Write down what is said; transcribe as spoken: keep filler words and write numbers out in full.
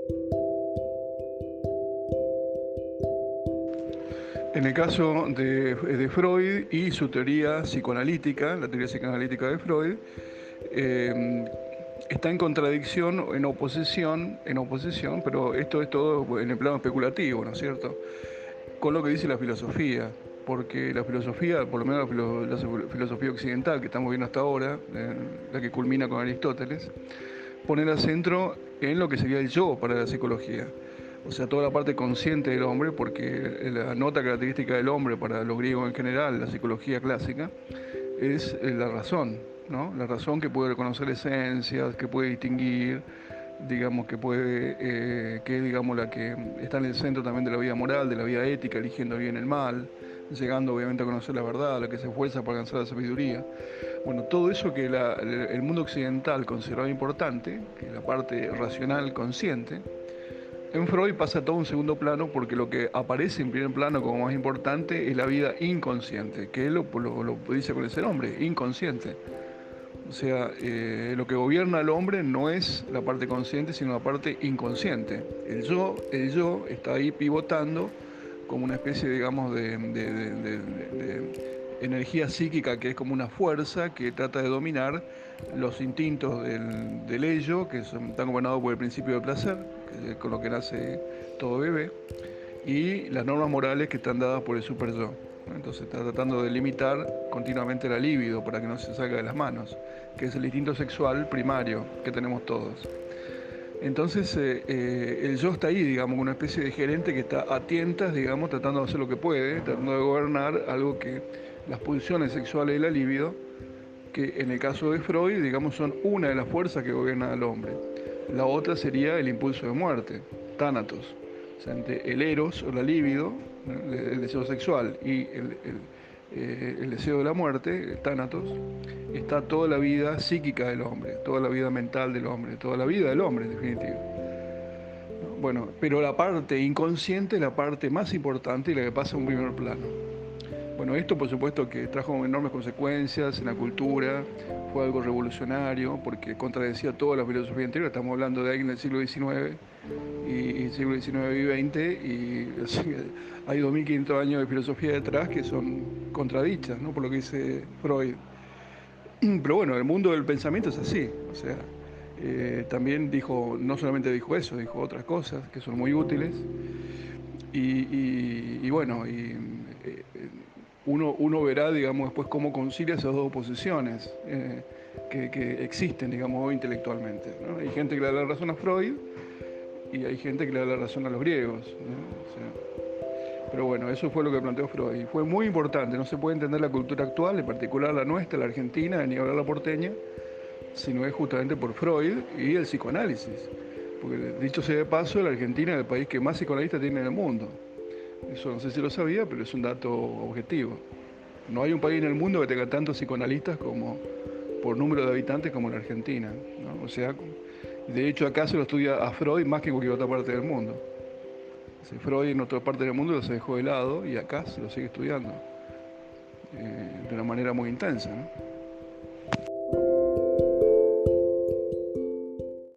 En el caso de, de Freud y su teoría psicoanalítica, la teoría psicoanalítica de Freud, eh, está en contradicción, en oposición, en oposición, pero esto es todo en el plano especulativo, ¿no es cierto?, con lo que dice la filosofía, porque la filosofía, por lo menos la, filo, la filosofía occidental que estamos viendo hasta ahora, eh, la que culmina con Aristóteles, pone el acento en lo que sería el yo para la psicología. O sea, toda la parte consciente del hombre, porque la nota característica del hombre para los griegos en general, la psicología clásica, es la razón, ¿no? La razón que puede reconocer esencias, que puede distinguir, digamos, que puede, eh, que es, digamos, la que está en el centro también de la vida moral, de la vida ética, eligiendo bien el mal, llegando obviamente a conocer la verdad, la que se esfuerza para alcanzar la sabiduría. Bueno, todo eso que la, el mundo occidental consideraba importante, que es la parte racional consciente, en Freud pasa todo a un segundo plano porque lo que aparece en primer plano como más importante es la vida inconsciente, que él lo, lo, lo dice con ese nombre, inconsciente. O sea, eh, lo que gobierna al hombre no es la parte consciente, sino la parte inconsciente. El yo, el yo está ahí pivotando como una especie, digamos, de, de, de, de, de energía psíquica que es como una fuerza que trata de dominar los instintos del, del ello, que son, están gobernados por el principio del placer, que es con lo que nace todo bebé, y las normas morales que están dadas por el super yo. Entonces está tratando de limitar continuamente la libido para que no se salga de las manos, que es el instinto sexual primario que tenemos todos. Entonces eh, eh, el yo está ahí, digamos, una especie de gerente que está a tientas, digamos, tratando de hacer lo que puede, tratando de gobernar algo que las pulsiones sexuales y la libido, que en el caso de Freud, digamos, son una de las fuerzas que gobierna al hombre. La otra sería el impulso de muerte, tánatos. O sea, entre el eros o la libido, el deseo sexual, y el, el, eh, el deseo de la muerte, el tánatos, está toda la vida psíquica del hombre, toda la vida mental del hombre, toda la vida del hombre, en definitiva. Bueno, pero la parte inconsciente es la parte más importante y la que pasa a un primer plano. Bueno, esto por supuesto que trajo enormes consecuencias en la cultura, fue algo revolucionario porque contradecía toda la filosofía anterior. Estamos hablando de alguien del siglo diecinueve y, y siglo diecinueve y veinte, y así, hay dos mil quinientos años de filosofía detrás que son contradichas, ¿no?, por lo que dice Freud. Pero bueno, el mundo del pensamiento es así, o sea, eh, también dijo, no solamente dijo eso, dijo otras cosas que son muy útiles y, y, y bueno, y, eh, uno, uno verá, digamos, después cómo concilia esas dos oposiciones eh, que, que existen, digamos, hoy intelectualmente, ¿no? Hay gente que le da la razón a Freud y hay gente que le da la razón a los griegos, ¿no? O sea, pero bueno, eso fue lo que planteó Freud. Y fue muy importante, no se puede entender la cultura actual, en particular la nuestra, la argentina, ni hablar la porteña, sino es justamente por Freud y el psicoanálisis. Porque dicho sea de paso, la Argentina es el país que más psicoanalistas tiene en el mundo. Eso no sé si lo sabía, pero es un dato objetivo. No hay un país en el mundo que tenga tantos psicoanalistas como por número de habitantes como la Argentina, ¿no? O sea, de hecho acá se lo estudia a Freud más que en cualquier otra parte del mundo. Si Freud en otra parte del mundo se dejó de lado y acá se lo sigue estudiando eh, de una manera muy intensa, ¿no?